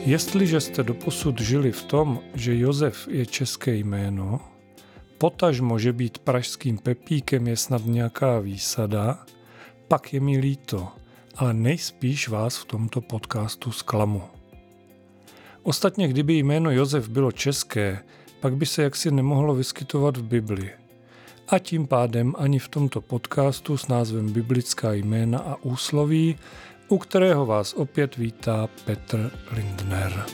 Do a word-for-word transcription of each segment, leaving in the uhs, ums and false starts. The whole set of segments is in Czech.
Jestliže jste doposud žili v tom, že Josef je české jméno, potažmo, že být pražským Pepíkem je snad nějaká výsada, pak je mi líto, ale nejspíš vás v tomto podcastu zklamu. Ostatně, kdyby jméno Josef bylo české, pak by se jaksi nemohlo vyskytovat v Bibli. A tím pádem ani v tomto podcastu s názvem Biblická jména a úsloví, u kterého vás opět vítá Petr Lindner.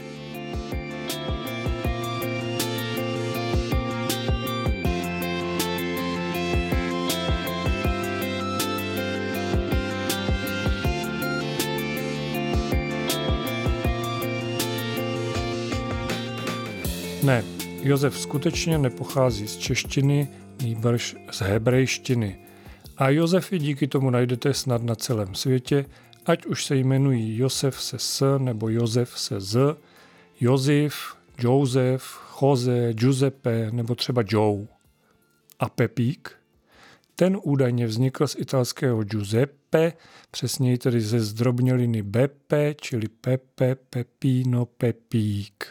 Ne, Josef skutečně nepochází z češtiny, nýbrž z hebrejštiny. A Josefy díky tomu najdete snad na celém světě, ať už se jmenují Josef se S nebo Josef se Z, Josef, Josef, Jose, Giuseppe nebo třeba Joe. A Pepík? Ten údajně vznikl z italského Giuseppe, přesněji tedy ze zdrobněliny Beppe, čili Pepe, Pepino, Pepík.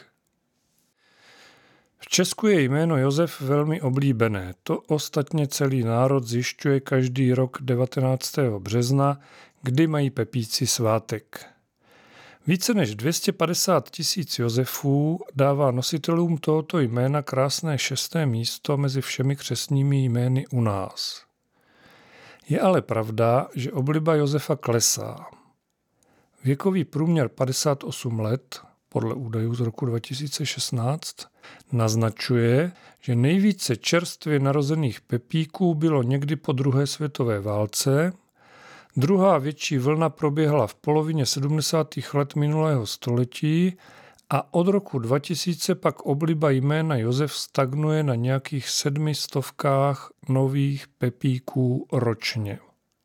V Česku je jméno Josef velmi oblíbené. To ostatně celý národ zjišťuje každý rok devatenáctého března, kdy mají Pepíci svátek. Více než dvě stě padesát tisíc Josefů dává nositelům tohoto jména krásné šesté místo mezi všemi křestními jmény u nás. Je ale pravda, že obliba Josefa klesá. Věkový průměr padesát osm let, podle údajů z roku dva tisíce šestnáct, naznačuje, že nejvíce čerstvě narozených Pepíků bylo někdy po druhé světové válce, druhá větší vlna proběhla v polovině sedmdesátých let minulého století a od roku dva tisíce pak obliba jména Josef stagnuje na nějakých sedmi stovkách nových Pepíků ročně.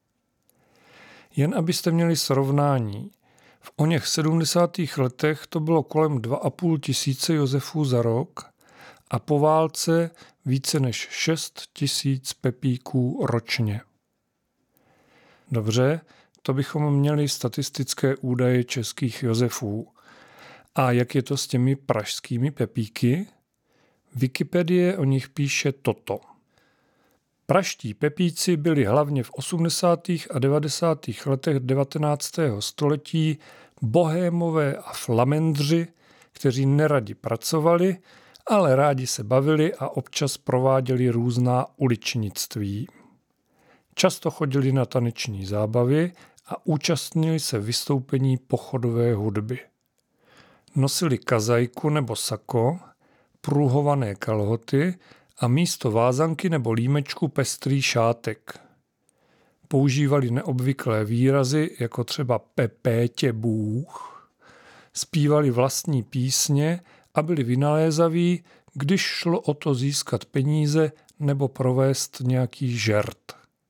Jen abyste měli srovnání, v oněch sedmdesátých letech to bylo kolem dva a půl tisíce Josefů za rok a po válce více než šest tisíc Pepíků ročně. Dobře, to bychom měli statistické údaje českých Josefů. A jak je to s těmi pražskými Pepíky? Wikipedie o nich píše toto. Pražští Pepíci byli hlavně v osmdesátých a devadesátých letech devatenáctého století bohémové a flamendři, kteří neradi pracovali, ale rádi se bavili a občas prováděli různá uličnictví. Často chodili na taneční zábavy a účastnili se vystoupení pochodové hudby. Nosili kazajku nebo sako, pruhované kalhoty a místo vázanky nebo límečku pestrý šátek. Používali neobvyklé výrazy, jako třeba Pepétě Bůh, zpívali vlastní písně a byli vynalézaví, když šlo o to získat peníze nebo provést nějaký žert.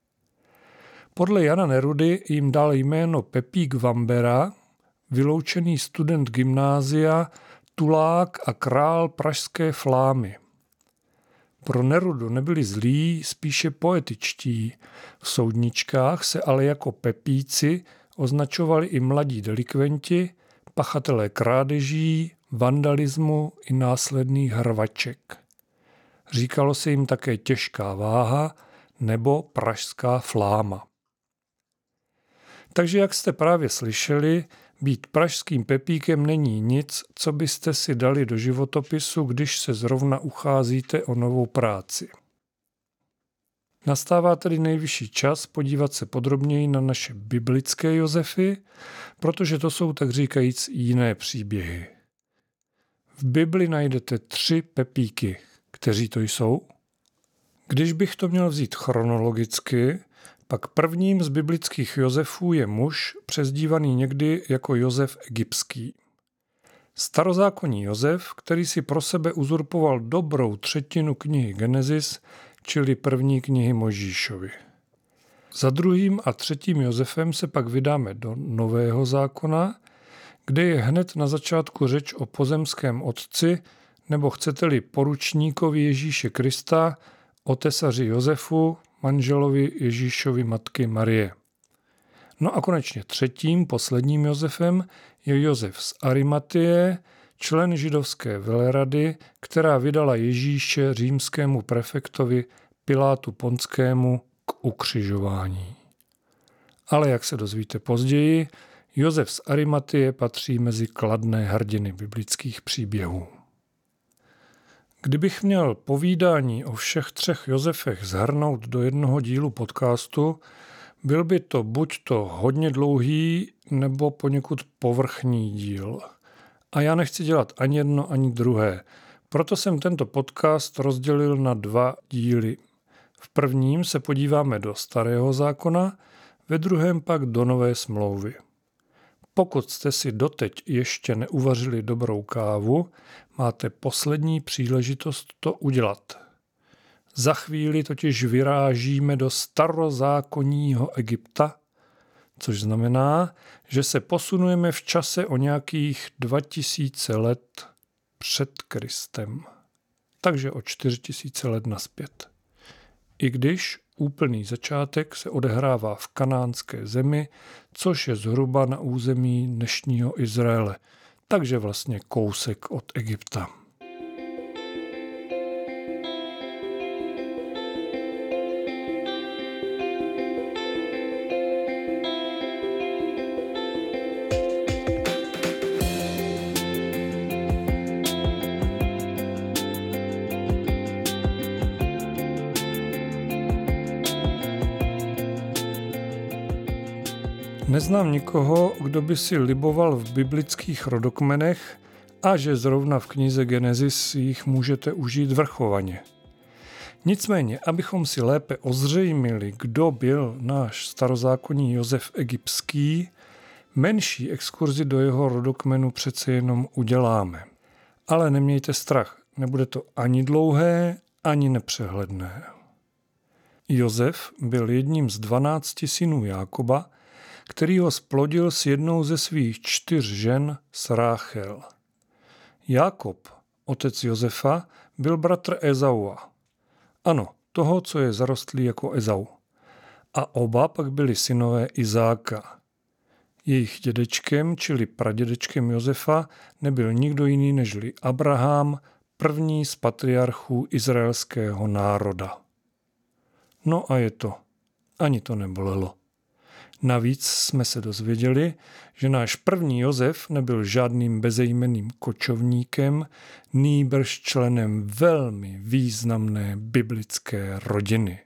Podle Jana Nerudy jim dal jméno Pepík Vambera, vyloučený student gymnázia, tulák a král pražské flámy. Pro Nerudu nebyli zlí, spíše poetičtí. V soudničkách se ale jako Pepíci označovali i mladí delikventi, pachatelé krádeží, vandalismu i následných hrvaček. Říkalo se jim také těžká váha nebo pražská fláma. Takže jak jste právě slyšeli, být pražským Pepíkem není nic, co byste si dali do životopisu, když se zrovna ucházíte o novou práci. Nastává tedy nejvyšší čas podívat se podrobněji na naše biblické Josefy, protože to jsou tak říkajíc jiné příběhy. V Bibli najdete tři Pepíky. Kteří to jsou? Když bych to měl vzít chronologicky, pak prvním z biblických Josefů je muž, přezdívaný někdy jako Josef Egyptský. Starozákonní Josef, který si pro sebe uzurpoval dobrou třetinu knihy Genesis, čili první knihy Mojžíšovi. Za druhým a třetím Josefem se pak vydáme do Nového zákona, kde je hned na začátku řeč o pozemském otci, nebo chcete-li poručníkovi Ježíše Krista, o tesaři Josefu, manželovi Ježíšovi matky Marie. No a konečně třetím, posledním Josefem je Josef z Arimatie, člen židovské velerady, která vydala Ježíše římskému prefektovi Pilátu Pontskému k ukřižování. Ale jak se dozvíte později, Josef z Arimatie patří mezi kladné hrdiny biblických příběhů. Kdybych měl povídání o všech třech Josefech shrnout do jednoho dílu podcastu, byl by to buď to hodně dlouhý, nebo poněkud povrchní díl. A já nechci dělat ani jedno, ani druhé. Proto jsem tento podcast rozdělil na dva díly. V prvním se podíváme do Starého zákona, ve druhém pak do Nové smlouvy. Pokud jste si doteď ještě neuvařili dobrou kávu, máte poslední příležitost to udělat. Za chvíli totiž vyrážíme do starozákonního Egypta, což znamená, že se posunujeme v čase o nějakých dva tisíce let před Kristem. Takže o čtyři tisíce let nazpět. I když úplný začátek se odehrává v kanánské zemi, což je zhruba na území dnešního Izraele, takže vlastně kousek od Egypta. Neznám nikoho, kdo by si liboval v biblických rodokmenech a že zrovna v knize Genesis jich můžete užít vrchovaně. Nicméně, abychom si lépe ozřejmili, kdo byl náš starozákonní Josef egyptský, menší exkurzi do jeho rodokmenu přece jenom uděláme. Ale nemějte strach, nebude to ani dlouhé, ani nepřehledné. Josef byl jedním z dvanácti synů Jákoba, který ho splodil s jednou ze svých čtyř žen s Ráchel. Jákob, otec Josefa, byl bratr Ezaua. Ano, toho, co je zarostlý jako Ezau. A oba pak byli synové Izáka. Jejich dědečkem, čili pradědečkem Josefa, nebyl nikdo jiný nežli Abraham, první z patriarchů izraelského národa. No a je to. Ani to nebolelo. Navíc jsme se dozvěděli, že náš první Josef nebyl žádným bezejmenným kočovníkem, nýbrž členem velmi významné biblické rodiny.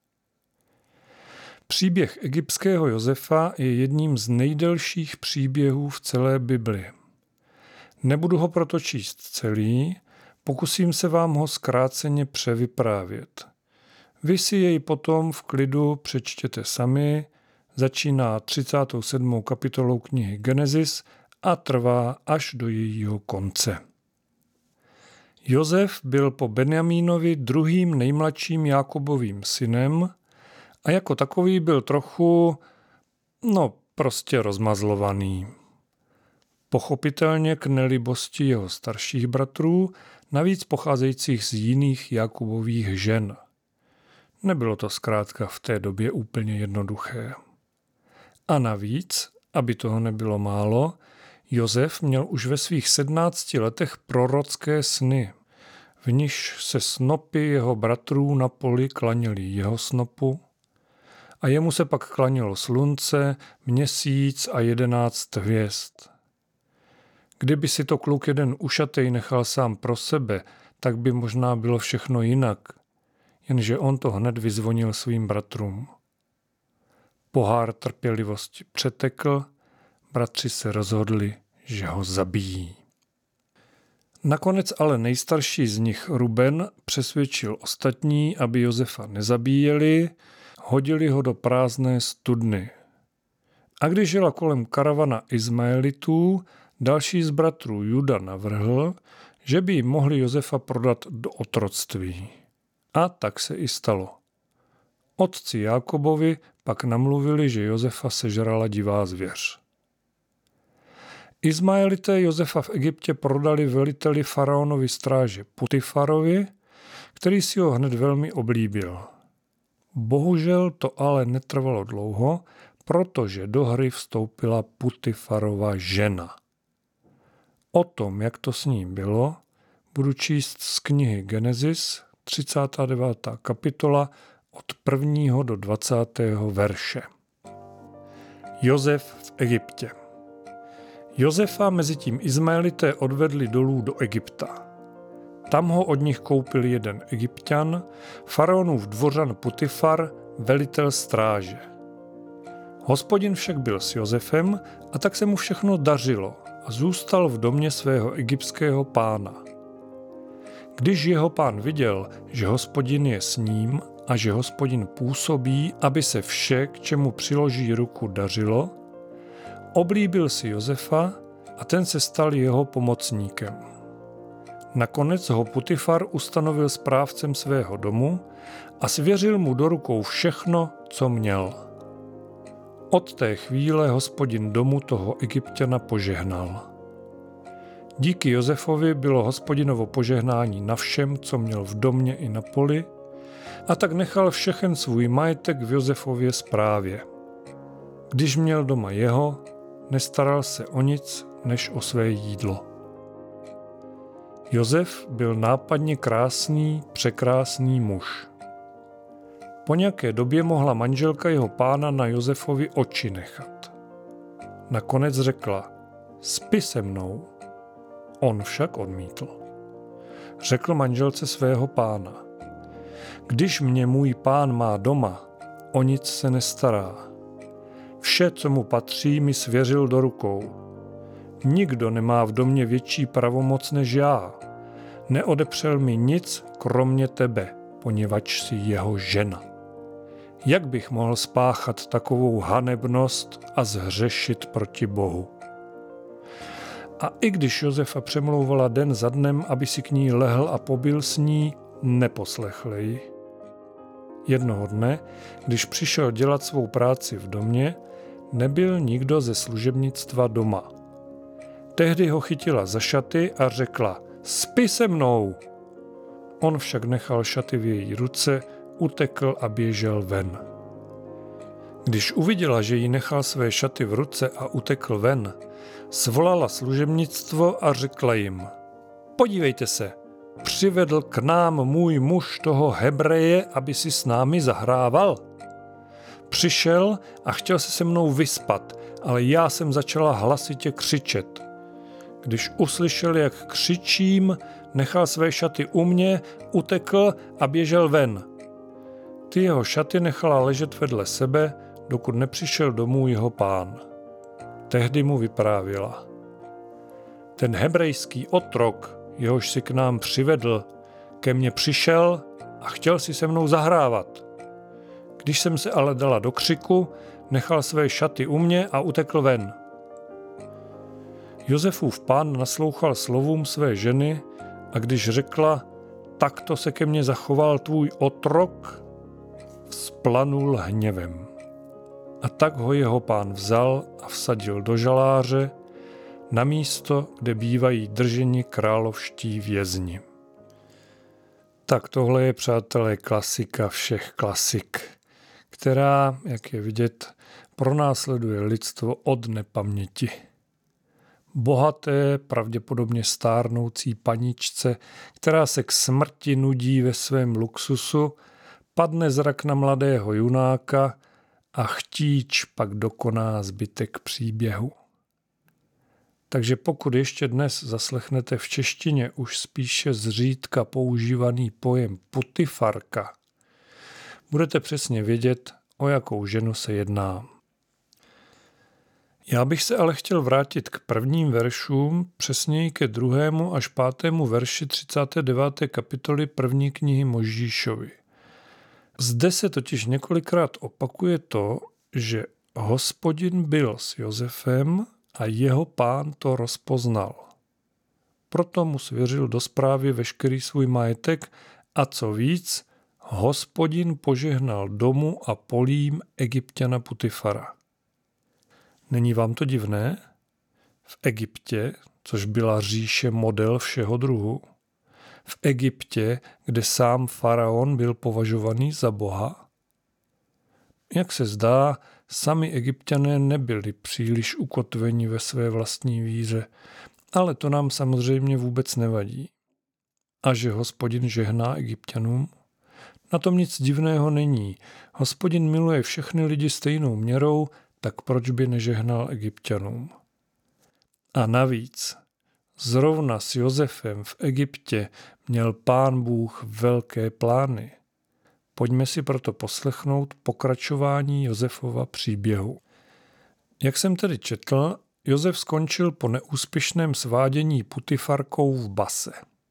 Příběh egyptského Josefa je jedním z nejdelších příběhů v celé Bibli. Nebudu ho proto číst celý, pokusím se vám ho zkráceně převyprávět. Vy si jej potom v klidu přečtěte sami. Začíná třicátou sedmou kapitolou knihy Genesis a trvá až do jejího konce. Josef byl po Benjamínovi druhým nejmladším Jákobovým synem a jako takový byl trochu, no prostě rozmazlovaný. Pochopitelně k nelibosti jeho starších bratrů, navíc pocházejících z jiných Jákobových žen. Nebylo to zkrátka v té době úplně jednoduché. A navíc, aby toho nebylo málo, Josef měl už ve svých sedmnácti letech prorocké sny, v nichž se snopy jeho bratrů na poli klaněly jeho snopu a jemu se pak klanělo slunce, měsíc a jedenáct hvězd. Kdyby si to kluk jeden ušatej nechal sám pro sebe, tak by možná bylo všechno jinak, jenže on to hned vyzvonil svým bratrům. Pohár trpělivosti přetekl, bratři se rozhodli, že ho zabijí. Nakonec ale nejstarší z nich Ruben přesvědčil ostatní, aby Josefa nezabíjeli, hodili ho do prázdné studny. A když žila kolem karavana Izmaelitů, další z bratrů Juda navrhl, že by jim mohli Josefa prodat do otroctví. A tak se i stalo. Otci Jákobovi pak namluvili, že Josefa sežrala divá zvěř. Izmaelité Josefa v Egyptě prodali veliteli faraonovi stráže Putifarovi, který si ho hned velmi oblíbil. Bohužel to ale netrvalo dlouho, protože do hry vstoupila Putifarova žena. O tom, jak to s ním bylo, budu číst z knihy Genesis, třicátá devátá kapitola, od prvního do dvacátého verše. Josef v Egyptě. Josefa mezitím Izmaelité odvedli dolů do Egypta. Tam ho od nich koupil jeden Egypťan, faraonův dvořan Putifar, velitel stráže. Hospodin však byl s Josefem a tak se mu všechno dařilo a zůstal v domě svého egyptského pána. Když jeho pán viděl, že Hospodin je s ním a že Hospodin působí, aby se vše, k čemu přiloží ruku, dařilo, oblíbil si Josefa a ten se stal jeho pomocníkem. Nakonec ho Putifar ustanovil správcem svého domu a svěřil mu do rukou všechno, co měl. Od té chvíle Hospodin domu toho Egypťana požehnal. Díky Josefovi bylo Hospodinovo požehnání na všem, co měl v domě i na poli, a tak nechal všechen svůj majetek v Josefově správě. Když měl doma jeho, nestaral se o nic, než o své jídlo. Josef byl nápadně krásný, překrásný muž. Po nějaké době mohla manželka jeho pána na Josefovi oči nechat. Nakonec řekla: "Spi se mnou." On však odmítl. Řekl manželce svého pána: "Když mě můj pán má doma, o nic se nestará. Vše, co mu patří, mi svěřil do rukou. Nikdo nemá v domě větší pravomoc než já. Neodepřel mi nic, kromě tebe, poněvadž jsi jeho žena. Jak bych mohl spáchat takovou hanebnost a zhřešit proti Bohu?" A i když Josefa přemlouvala den za dnem, aby si k ní lehl a pobyl s ní, neposlechl ji. Jednoho dne, když přišel dělat svou práci v domě, nebyl nikdo ze služebnictva doma. Tehdy ho chytila za šaty a řekla: "Spi se mnou!" On však nechal šaty v její ruce, utekl a běžel ven. Když uviděla, že jí nechal své šaty v ruce a utekl ven, svolala služebnictvo a řekla jim: "Podívejte se, přivedl k nám můj muž toho Hebreje, aby si s námi zahrával. Přišel a chtěl se se mnou vyspat, ale já jsem začala hlasitě křičet. Když uslyšel, jak křičím, nechal své šaty u mě, utekl a běžel ven. Ty jeho šaty nechala ležet vedle sebe, dokud nepřišel domů jeho pán." Tehdy mu vyprávěla: "Ten hebrejský otrok, jehož si k nám přivedl, ke mně přišel a chtěl si se mnou zahrávat. Když jsem se ale dala do křiku, nechal své šaty u mě a utekl ven." Josefův pán naslouchal slovům své ženy a když řekla: "Takto se ke mně zachoval tvůj otrok", vzplanul hněvem. A tak ho jeho pán vzal a vsadil do žaláře, na místo, kde bývají drženi královští vězni. Tak tohle je, přátelé, klasika všech klasik, která, jak je vidět, pronásleduje lidstvo od nepaměti. Bohaté, pravděpodobně stárnoucí paničce, která se k smrti nudí ve svém luxusu, padne zrak na mladého junáka a chtíč pak dokoná zbytek příběhu. Takže pokud ještě dnes zaslechnete v češtině už spíše zřídka používaný pojem putifarka, budete přesně vědět, o jakou ženu se jedná. Já bych se ale chtěl vrátit k prvním veršům, přesněji ke druhému až pátému verši třicáté deváté kapitoly první knihy Mojžíšovy. Zde se totiž několikrát opakuje to, že Hospodin byl s Josefem a jeho pán to rozpoznal. Proto mu svěřil do správy veškerý svůj majetek a co víc, Hospodin požehnal domu a polím Egypťana Putifara. Není vám to divné? V Egyptě, což byla říše model všeho druhu, v Egyptě, kde sám faraon byl považovaný za boha? Jak se zdá, sami Egypťané nebyli příliš ukotveni ve své vlastní víře Ale to nám samozřejmě vůbec nevadí. A že Hospodin žehná Egypťanům? Na tom nic divného není. Hospodin miluje všechny lidi stejnou měrou, tak proč by nežehnal Egypťanům? A navíc, zrovna s Josefem v Egyptě měl Pán Bůh velké plány. Pojďme si proto poslechnout pokračování Josefova příběhu. Jak jsem tedy četl, Josef skončil po neúspěšném svádění Putifarkou v base.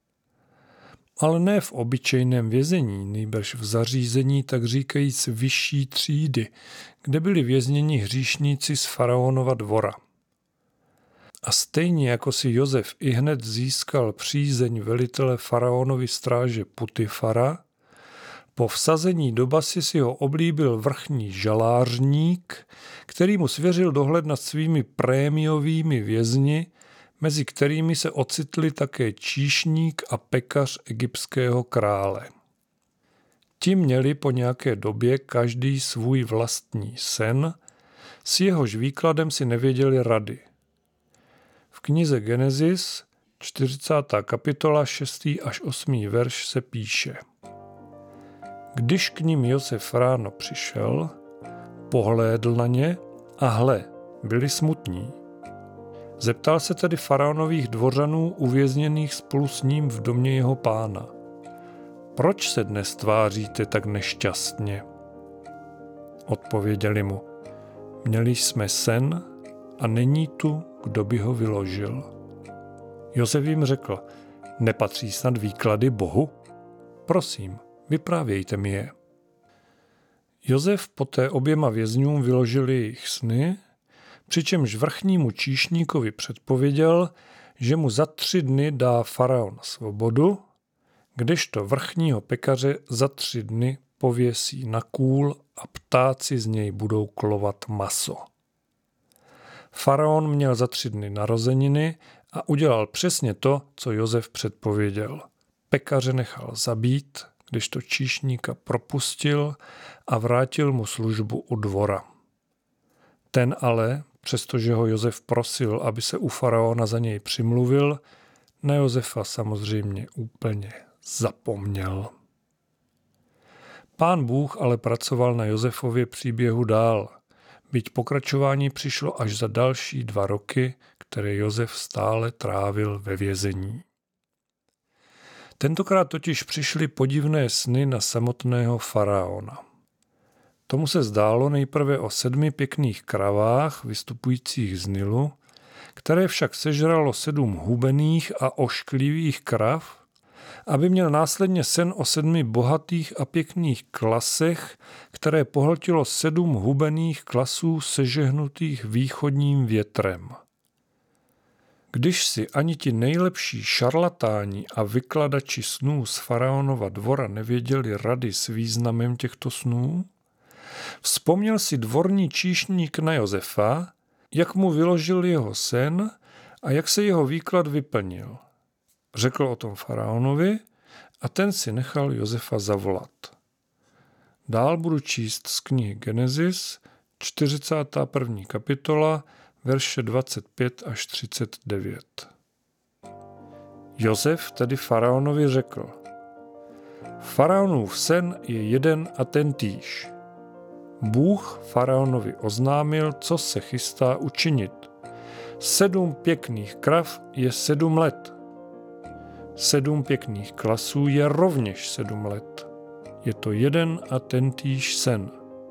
Ale ne v obyčejném vězení, nýbrž v zařízení tak říkajíc vyšší třídy, kde byli vězněni hříšníci z faraonova dvora. A stejně jako si Josef ihned získal přízeň velitele faraonovy stráže Putifara, po vsazení do basy si ho oblíbil vrchní žalářník, který mu svěřil dohled nad svými prémiovými vězni, mezi kterými se ocitli také číšník a pekař egyptského krále. Ti měli po nějaké době každý svůj vlastní sen, s jehož výkladem si nevěděli rady. V knize Genesis, čtyřicátá kapitola, šestý až osmý verš se píše: Když k nim Josef ráno přišel, pohlédl na ně a hle, byli smutní. Zeptal se tedy faraonových dvořanů uvězněných spolu s ním v domě jeho pána: Proč se dnes tváříte tak nešťastně? Odpověděli mu: Měli jsme sen a není tu, kdo by ho vyložil. Josef jim řekl: Nepatří snad výklady Bohu? Prosím, vyprávějte mi je. Josef poté oběma vězňům vyložil jejich sny, přičemž vrchnímu číšníkovi předpověděl, že mu za tři dny dá faraon svobodu, kdežto vrchního pekaře za tři dny pověsí na kůl a ptáci z něj budou klovat maso. Faraon měl za tři dny narozeniny a udělal přesně to, co Josef předpověděl. Pekaře nechal zabít, kdežto číšníka propustil a vrátil mu službu u dvora. Ten ale, přestože ho Josef prosil, aby se u faraona za něj přimluvil, na Josefa samozřejmě úplně zapomněl. Pán Bůh ale pracoval na Josefově příběhu dál, byť pokračování přišlo až za další dva roky, které Josef stále trávil ve vězení. Tentokrát totiž přišly podivné sny na samotného faraona. Tomu se zdálo nejprve o sedmi pěkných kravách vystupujících z Nilu, které však sežralo sedm hubených a ošklivých krav, aby měl následně sen o sedmi bohatých a pěkných klasech, které pohltilo sedm hubených klasů sežehnutých východním větrem. Když si ani ti nejlepší šarlatáni a vykladači snů z faraonova dvora nevěděli rady s významem těchto snů, vzpomněl si dvorní číšník na Josefa, jak mu vyložil jeho sen a jak se jeho výklad vyplnil. Řekl o tom faraonovi a ten si nechal Josefa zavolat. Dál budu číst z knihy Genesis, čtyřicátá první kapitola, verše dvacet pět až třicet devět. Josef tedy faraonovi řekl: Faraonův sen je jeden a tentýž. Bůh faraonovi oznámil, co se chystá učinit. Sedm pěkných krav je sedm let. Sedm pěkných klasů je rovněž sedm let. Je to jeden a tentýž sen.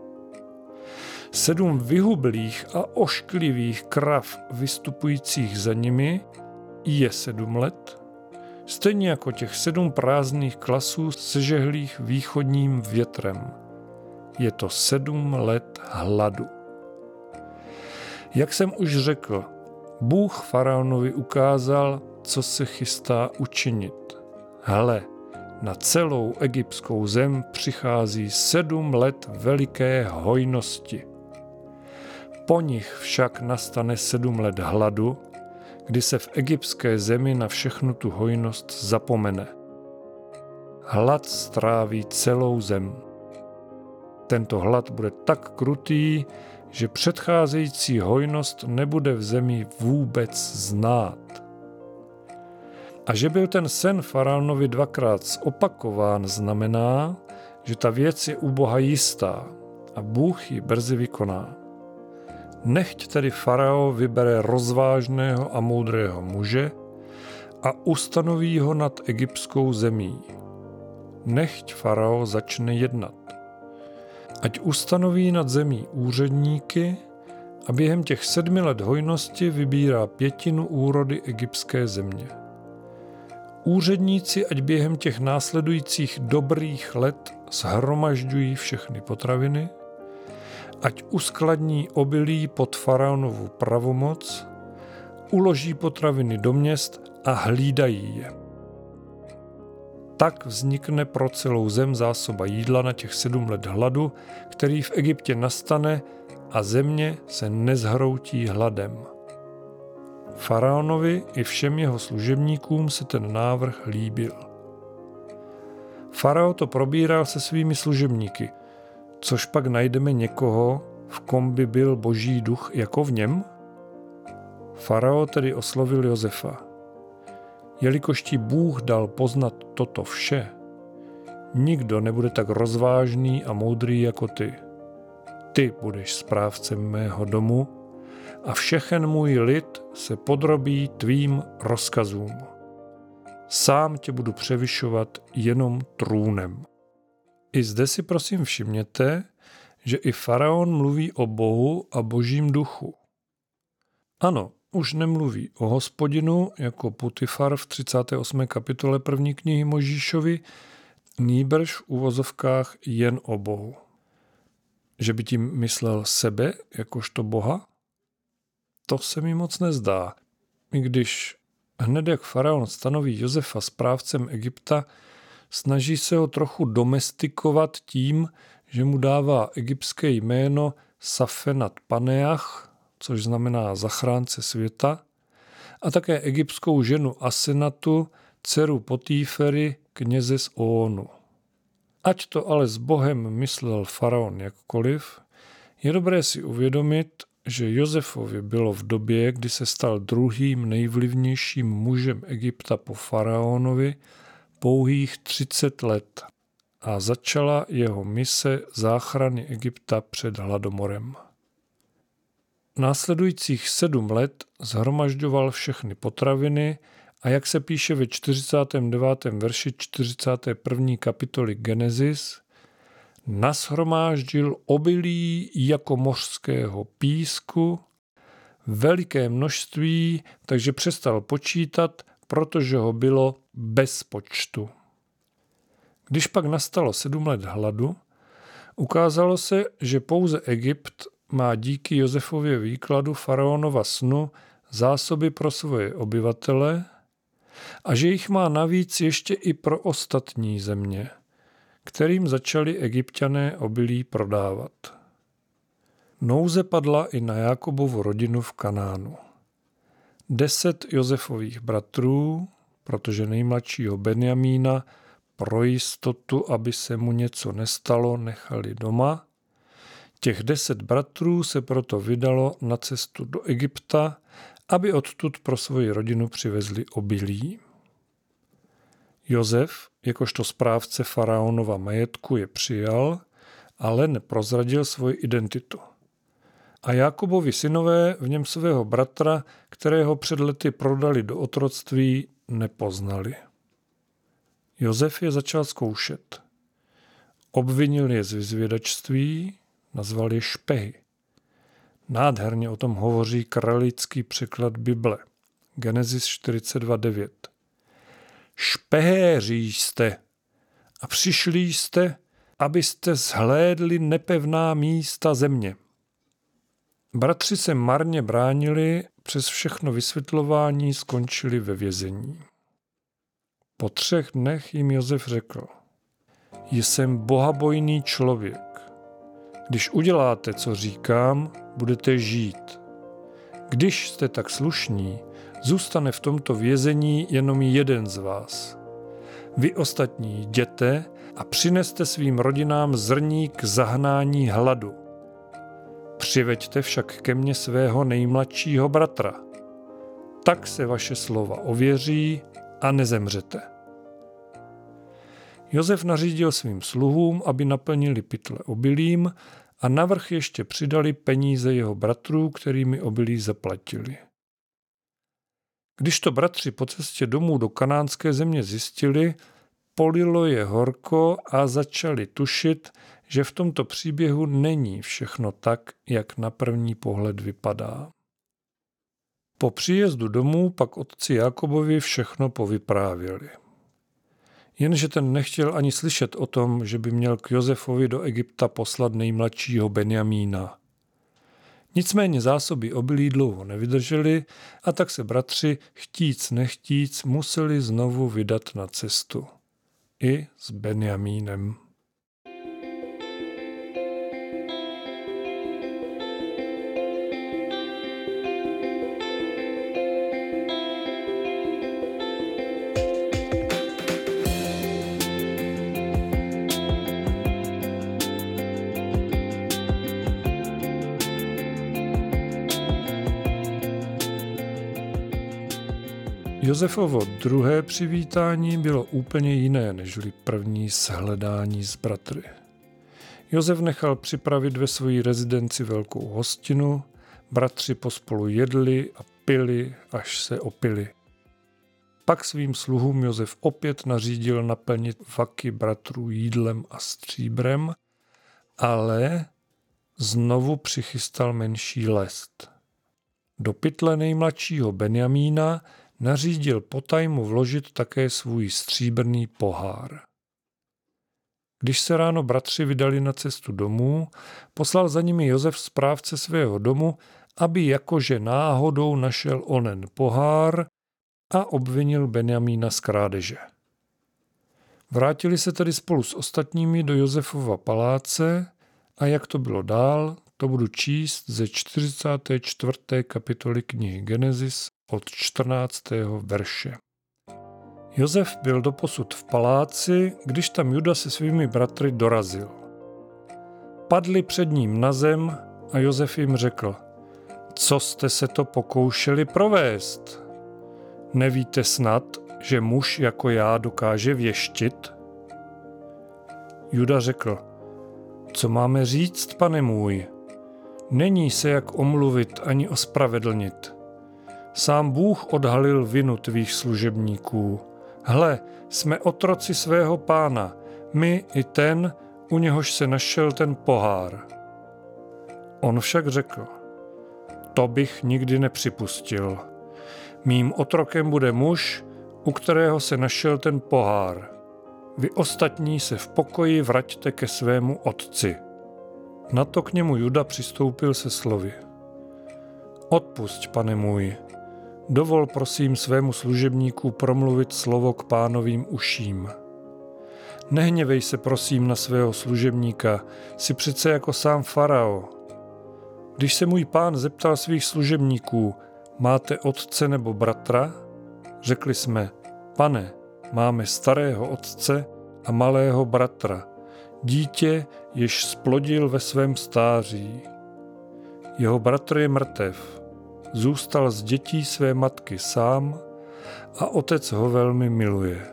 Sedm vyhublých a ošklivých krav vystupujících za nimi je sedm let, stejně jako těch sedm prázdných klasů sežehlých východním větrem. Je to sedm let hladu. Jak jsem už řekl, Bůh faraonovi ukázal, co se chystá učinit. Hle, na celou egyptskou zem přichází sedm let veliké hojnosti. Po nich však nastane sedm let hladu, kdy se v egyptské zemi na všechnu tu hojnost zapomene. Hlad stráví celou zem. Tento hlad bude tak krutý, že předcházející hojnost nebude v zemi vůbec znát. A že byl ten sen faraonovi dvakrát zopakován, znamená, že ta věc je u Boha jistá a Bůh ji brzy vykoná. Nechť tedy farao vybere rozvážného a moudrého muže a ustanoví ho nad egyptskou zemí. Nechť farao začne jednat. Ať ustanoví nad zemí úředníky a během těch sedmi let hojnosti vybírá pětinu úrody egyptské země. Úředníci ať během těch následujících dobrých let shromažďují všechny potraviny, ať uskladní obilí pod faraonovu pravomoc, uloží potraviny do měst a hlídají je. Tak vznikne pro celou zem zásoba jídla na těch sedm let hladu, který v Egyptě nastane a země se nezhroutí hladem. Faraonovi i všem jeho služebníkům se ten návrh líbil. Farao to probíral se svými služebníky, což pak najdeme někoho, v kom by byl boží duch jako v něm? Farao tedy oslovil Josefa. Jelikož ti Bůh dal poznat toto vše, nikdo nebude tak rozvážný a moudrý jako ty. Ty budeš správcem mého domu a všechen můj lid se podrobí tvým rozkazům. Sám tě budu převyšovat jenom trůnem. I zde si prosím všimněte, že i faraon mluví o Bohu a božím duchu. Ano, už nemluví o Hospodinu jako Putifar v třicáté osmé kapitole první knihy Mojžíšovi, nýbrž v uvozovkách jen o Bohu. Že by tím myslel sebe jakožto Boha? To se mi moc nezdá. I když hned jak faraon stanoví Josefa správcem Egypta, snaží se ho trochu domestikovat tím, že mu dává egyptské jméno Safenat Paneach, což znamená zachránce světa, a také egyptskou ženu Asenatu, dceru Potífery, kněze z Ónu. Ať to ale s Bohem myslel faraon jakkoliv, je dobré si uvědomit, že Josefovi bylo v době, kdy se stal druhým nejvlivnějším mužem Egypta po faraonovi, pouhých třicet let a začala jeho mise záchrany Egypta před hladomorem. Následujících sedm let shromažďoval všechny potraviny a jak se píše ve čtyřicátém devátém verši čtyřicáté první kapitoly Genesis, nashromáždil obilí jako mořského písku, veliké množství, takže přestal počítat, protože ho bylo bez počtu. Když pak nastalo sedm let hladu, ukázalo se, že pouze Egypt má díky Josefově výkladu faraonova snu zásoby pro svoje obyvatele a že jich má navíc ještě i pro ostatní země, kterým začali Egypťané obilí prodávat. Nouze padla i na Jákobovu rodinu v Kanánu. Deset Josefových bratrů, protože nejmladšího Benjamína pro jistotu, aby se mu něco nestalo, nechali doma. Těch deset bratrů se proto vydalo na cestu do Egypta, aby odtud pro svoji rodinu přivezli obilí. Josef, jakožto správce faraonova majetku, je přijal, ale neprozradil svoji identitu. A Jákobovi synové v něm svého bratra, kterého před lety prodali do otroctví, nepoznali. Josef je začal zkoušet. Obvinil je z vyzvědačství, nazval je špehy. Nádherně o tom hovoří kralický překlad Bible. Genesis čtyřicet dva devět. Špehéři jste a přišli jste, abyste zhlédli nepevná místa země. Bratři se marně bránili, přes všechno vysvětlování skončili ve vězení. Po třech dnech jim Josef řekl: Jsem bohabojný člověk. Když uděláte, co říkám, budete žít. Když jste tak slušní, zůstane v tomto vězení jenom jeden z vás. Vy ostatní jděte a přineste svým rodinám zrní k zahnání hladu. Přiveďte však ke mně svého nejmladšího bratra. Tak se vaše slova ověří a nezemřete. Josef nařídil svým sluhům, aby naplnili pytle obilím a navrch ještě přidali peníze jeho bratrů, kterými obilí zaplatili. Když to bratři po cestě domů do kanánské země zjistili, polilo je horko a začali tušit, že v tomto příběhu není všechno tak, jak na první pohled vypadá. Po příjezdu domů pak otci Jákobovi všechno povyprávěli. Jenže ten nechtěl ani slyšet o tom, že by měl k Josefovi do Egypta poslat nejmladšího Benjamína. Nicméně zásoby obilí dlouho nevydržely a tak se bratři chtíc nechtíc museli znovu vydat na cestu. I s Benjamínem. Josefovo druhé přivítání bylo úplně jiné nežli první shledání s bratry. Josef nechal připravit ve své rezidenci velkou hostinu, bratři pospolu jedli a pili, až se opili. Pak svým sluhům Josef opět nařídil naplnit vaky bratrů jídlem a stříbrem, ale znovu přichystal menší lest. Do pytle nejmladšího Benjamína nařídil potajmu vložit také svůj stříbrný pohár. Když se ráno bratři vydali na cestu domů, poslal za nimi Josef správce svého domu, aby jakože náhodou našel onen pohár a obvinil Benjamína z krádeže. Vrátili se tedy spolu s ostatními do Josefova paláce a jak to bylo dál, to budu číst ze čtyřicáté čtvrté kapitoly knihy Genesis od čtrnáctého verše. Josef byl doposud v paláci, když tam Juda se svými bratry dorazil. Padli před ním na zem a Josef jim řekl: Co jste se to pokoušeli provést? Nevíte snad, že muž jako já dokáže věštit? Juda řekl: Co máme říct, pane můj? Není se jak omluvit ani ospravedlnit. Sám Bůh odhalil vinu tvých služebníků. Hle, jsme otroci svého pána, my i ten, u něhož se našel ten pohár. On však řekl: To bych nikdy nepřipustil. Mým otrokem bude muž, u kterého se našel ten pohár. Vy ostatní se v pokoji vraťte ke svému otci. Na to k němu Juda přistoupil se slovy: Odpusť, pane můj, dovol prosím svému služebníku promluvit slovo k pánovým uším. Nehněvej se prosím na svého služebníka, jsi přece jako sám farao. Když se můj pán zeptal svých služebníků: Máte otce nebo bratra? Řekli jsme: Pane, máme starého otce a malého bratra, dítě, jež splodil ve svém stáří. Jeho bratr je mrtev, zůstal z dětí své matky sám a otec ho velmi miluje.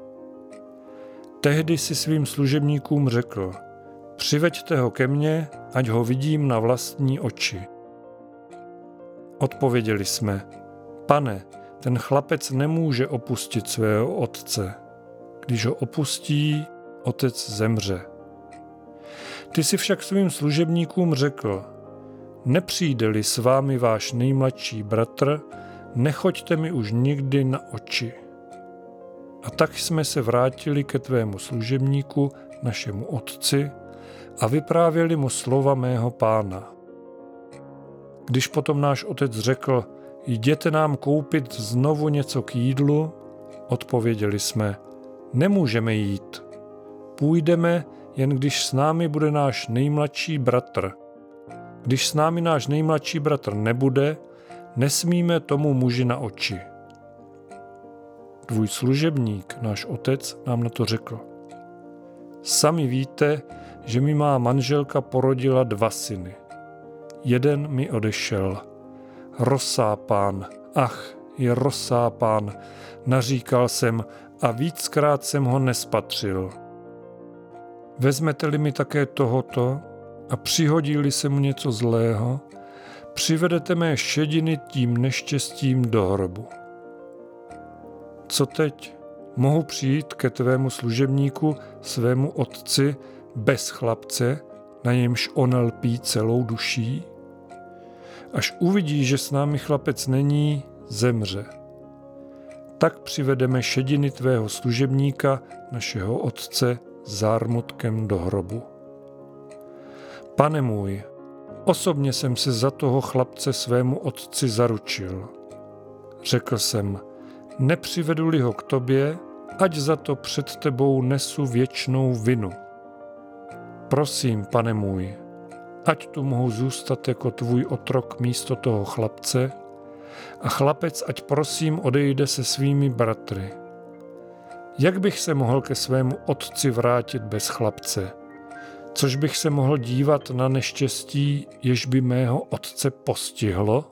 Tehdy si svým služebníkům řekl: Přiveďte ho ke mně, ať ho vidím na vlastní oči. Odpověděli jsme: Pane, ten chlapec nemůže opustit svého otce. Když ho opustí, otec zemře. Ty si však svým služebníkům řekl: Nepřijde-li s vámi váš nejmladší bratr, nechoďte mi už nikdy na oči. A tak jsme se vrátili ke tvému služebníku, našemu otci, a vyprávěli mu slova mého pána. Když potom náš otec řekl: Jděte nám koupit znovu něco k jídlu, odpověděli jsme: Nemůžeme jít. Půjdeme, jen když s námi bude náš nejmladší bratr. Když s námi náš nejmladší bratr nebude, nesmíme tomu muži na oči. Tvůj služebník, náš otec, nám na to řekl: Sami víte, že mi má manželka porodila dva syny. Jeden mi odešel. Rozsápán, ach, je rozsápán, naříkal jsem a víckrát jsem ho nespatřil. Vezmete-li mi také tohoto a přihodí-li se mu něco zlého, přivedete mé šediny tím neštěstím do hrobu. Co teď? Mohu přijít ke tvému služebníku, svému otci, bez chlapce, na němž on lpí celou duší? Až uvidí, že s námi chlapec není, zemře. Tak přivedeme šediny tvého služebníka, našeho otce, zármutkem do hrobu. Pane můj, osobně jsem se za toho chlapce svému otci zaručil. Řekl jsem, nepřivedu-li ho k tobě, ať za to před tebou nesu věčnou vinu. Prosím, pane můj, ať tu mohu zůstat jako tvůj otrok místo toho chlapce a chlapec ať prosím odejde se svými bratry. Jak bych se mohl ke svému otci vrátit bez chlapce? Což bych se mohl dívat na neštěstí, jež by mého otce postihlo?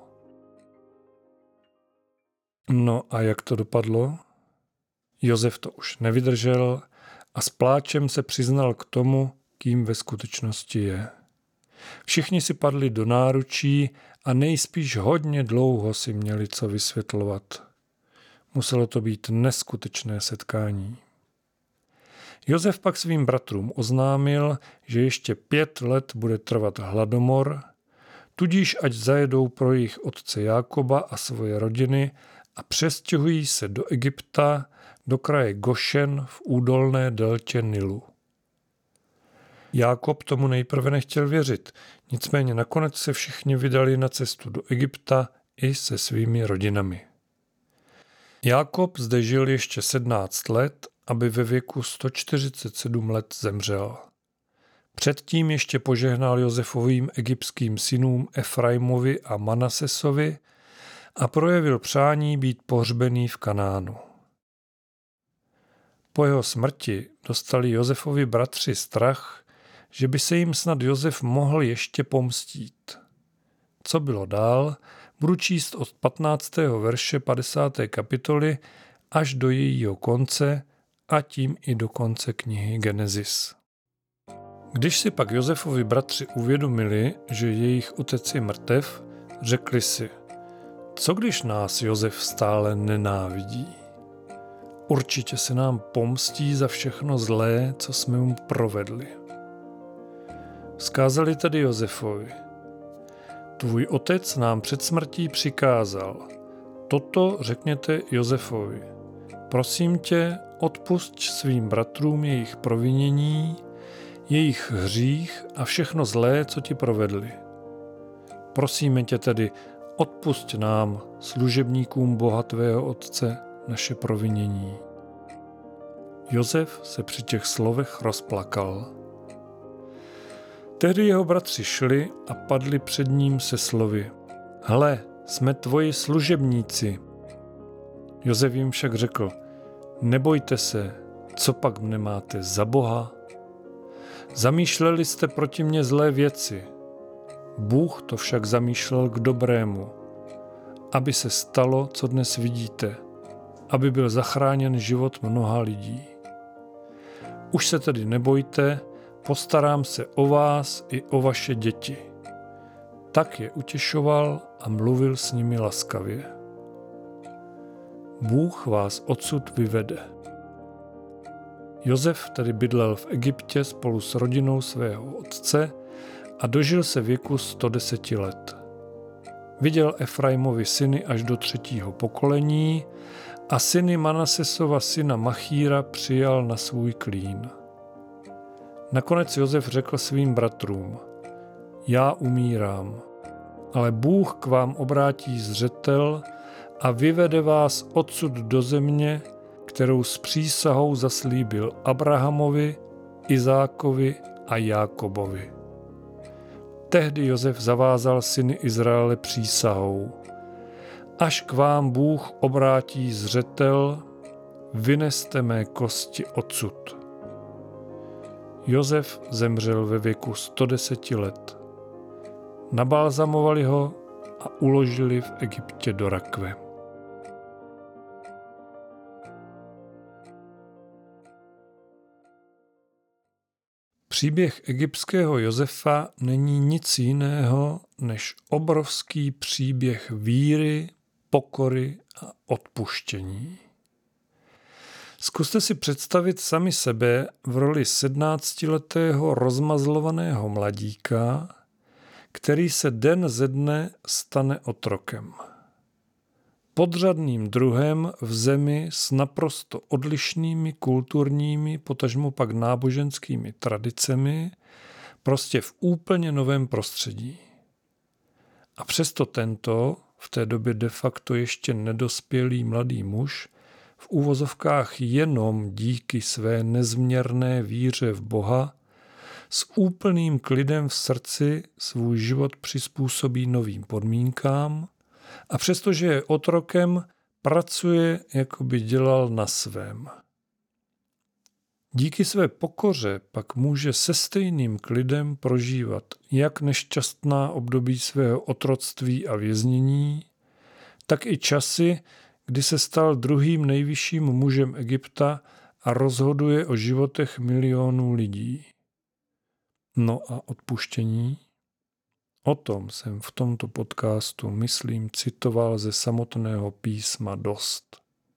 No a jak to dopadlo? Josef to už nevydržel a s pláčem se přiznal k tomu, kým ve skutečnosti je. Všichni si padli do náručí a nejspíš hodně dlouho si měli co vysvětlovat. Muselo to být neskutečné setkání. Josef pak svým bratrům oznámil, že ještě pět let bude trvat hladomor, tudíž ať zajedou pro jejich otce Jákoba a svoje rodiny a přestěhují se do Egypta, do kraje Gošen v údolné deltě Nilu. Jákob tomu nejprve nechtěl věřit, nicméně nakonec se všichni vydali na cestu do Egypta i se svými rodinami. Jákob zde žil ještě sedmnáct let, aby ve věku sto čtyřicet sedm let zemřel. Předtím ještě požehnal Josefovým egyptským synům Efraimovi a Manasesovi a projevil přání být pohřbený v Kanánu. Po jeho smrti dostali Josefovi bratři strach, že by se jim snad Josef mohl ještě pomstít. Co bylo dál, budu číst od patnáctého verše padesáté kapitoly až do jejího konce a tím i do konce knihy Genesis. Když si pak Josefovi bratři uvědomili, že jejich otec je mrtev, řekli si, co když nás Josef stále nenávidí? Určitě se nám pomstí za všechno zlé, co jsme mu provedli. Vzkázali tedy Josefovi, tvůj otec nám před smrtí přikázal, toto řekněte Josefovi, prosím tě, odpusť svým bratrům jejich provinění, jejich hřích a všechno zlé, co ti provedli. Prosíme tě tedy, odpusť nám, služebníkům Boha tvého otce, naše provinění. Josef se při těch slovech rozplakal. Tehdy jeho bratři šli a padli před ním se slovy. Hle, jsme tvoji služebníci. Josef jim však řekl, nebojte se, co pak mne máte za Boha? Zamýšleli jste proti mně zlé věci. Bůh to však zamýšlel k dobrému, aby se stalo, co dnes vidíte, aby byl zachráněn život mnoha lidí. Už se tedy nebojte, postarám se o vás i o vaše děti. Tak je utěšoval a mluvil s nimi laskavě. Bůh vás odsud vyvede. Josef tedy bydlel v Egyptě spolu s rodinou svého otce a dožil se věku sto deset let. Viděl Efraimovi syny až do třetího pokolení a syny Manasesova syna Machíra přijal na svůj klín. Nakonec Josef řekl svým bratrům, já umírám, ale Bůh k vám obrátí zřetel a vyvede vás odsud do země, kterou s přísahou zaslíbil Abrahamovi, Izákovi a Jákobovi. Tehdy Josef zavázal syny Izraele přísahou. Až k vám Bůh obrátí zřetel, vyneste mé kosti odsud. Josef zemřel ve věku sto deset let. Nabalzamovali ho a uložili v Egyptě do rakve. Příběh egyptského Josefa není nic jiného než obrovský příběh víry, pokory a odpuštění. Zkuste si představit sami sebe v roli sedmnáctiletého rozmazlovaného mladíka, který se den ze dne stane otrokem. Podřadným druhem v zemi s naprosto odlišnými kulturními, potažmo pak náboženskými tradicemi, prostě v úplně novém prostředí. A přesto tento, v té době de facto ještě nedospělý mladý muž, v úvozovkách jenom díky své nezměrné víře v Boha, s úplným klidem v srdci svůj život přizpůsobí novým podmínkám a přestože je otrokem, pracuje, jako by dělal na svém. Díky své pokoře pak může se stejným klidem prožívat jak nešťastná období svého otroctví a věznění, tak i časy, kdy se stal druhým nejvyšším mužem Egypta a rozhoduje o životech milionů lidí. No a odpuštění? O tom jsem v tomto podcastu, myslím, citoval ze samotného písma dost.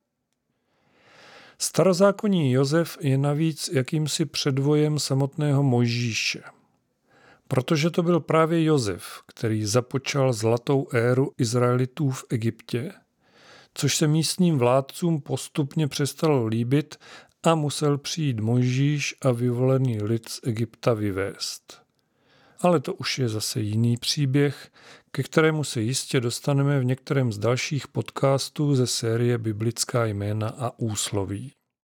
Starozákonní Josef je navíc jakýmsi předvojem samotného Mojžíše. Protože to byl právě Josef, který započal zlatou éru Izraelitů v Egyptě, což se místním vládcům postupně přestalo líbit a musel přijít Mojžíš a vyvolený lid z Egypta vyvést. Ale to už je zase jiný příběh, ke kterému se jistě dostaneme v některém z dalších podcastů ze série Biblická jména a úsloví.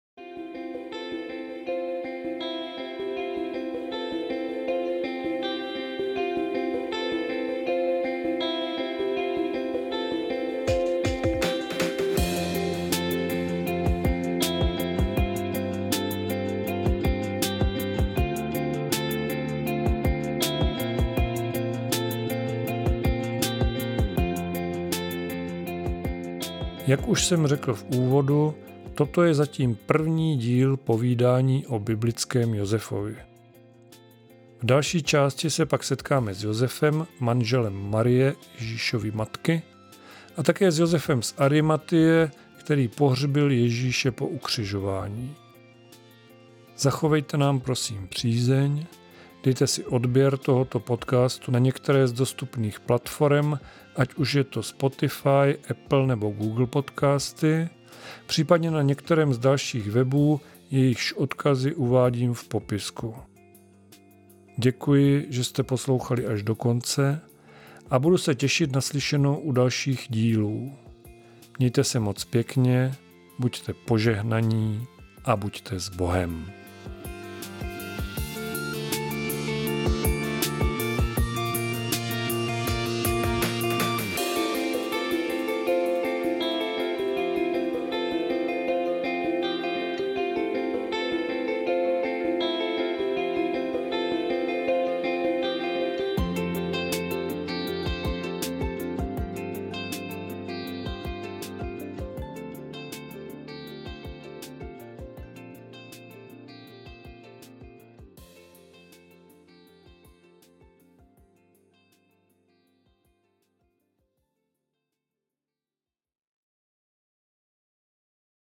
Jak už jsem řekl v úvodu, toto je zatím první díl povídání o biblickém Josefovi. V další části se pak setkáme s Josefem, manželem Marie, Ježíšovy matky, a také s Josefem z Arimatie, který pohřbil Ježíše po ukřižování. Zachovejte nám prosím přízeň, dejte si odběr tohoto podcastu na některé z dostupných platform, ať už je to Spotify, Apple nebo Google Podcasty, případně na některém z dalších webů, jejichž odkazy uvádím v popisku. Děkuji, že jste poslouchali až do konce a budu se těšit na slyšenou u dalších dílů. Mějte se moc pěkně, buďte požehnaní a buďte s Bohem.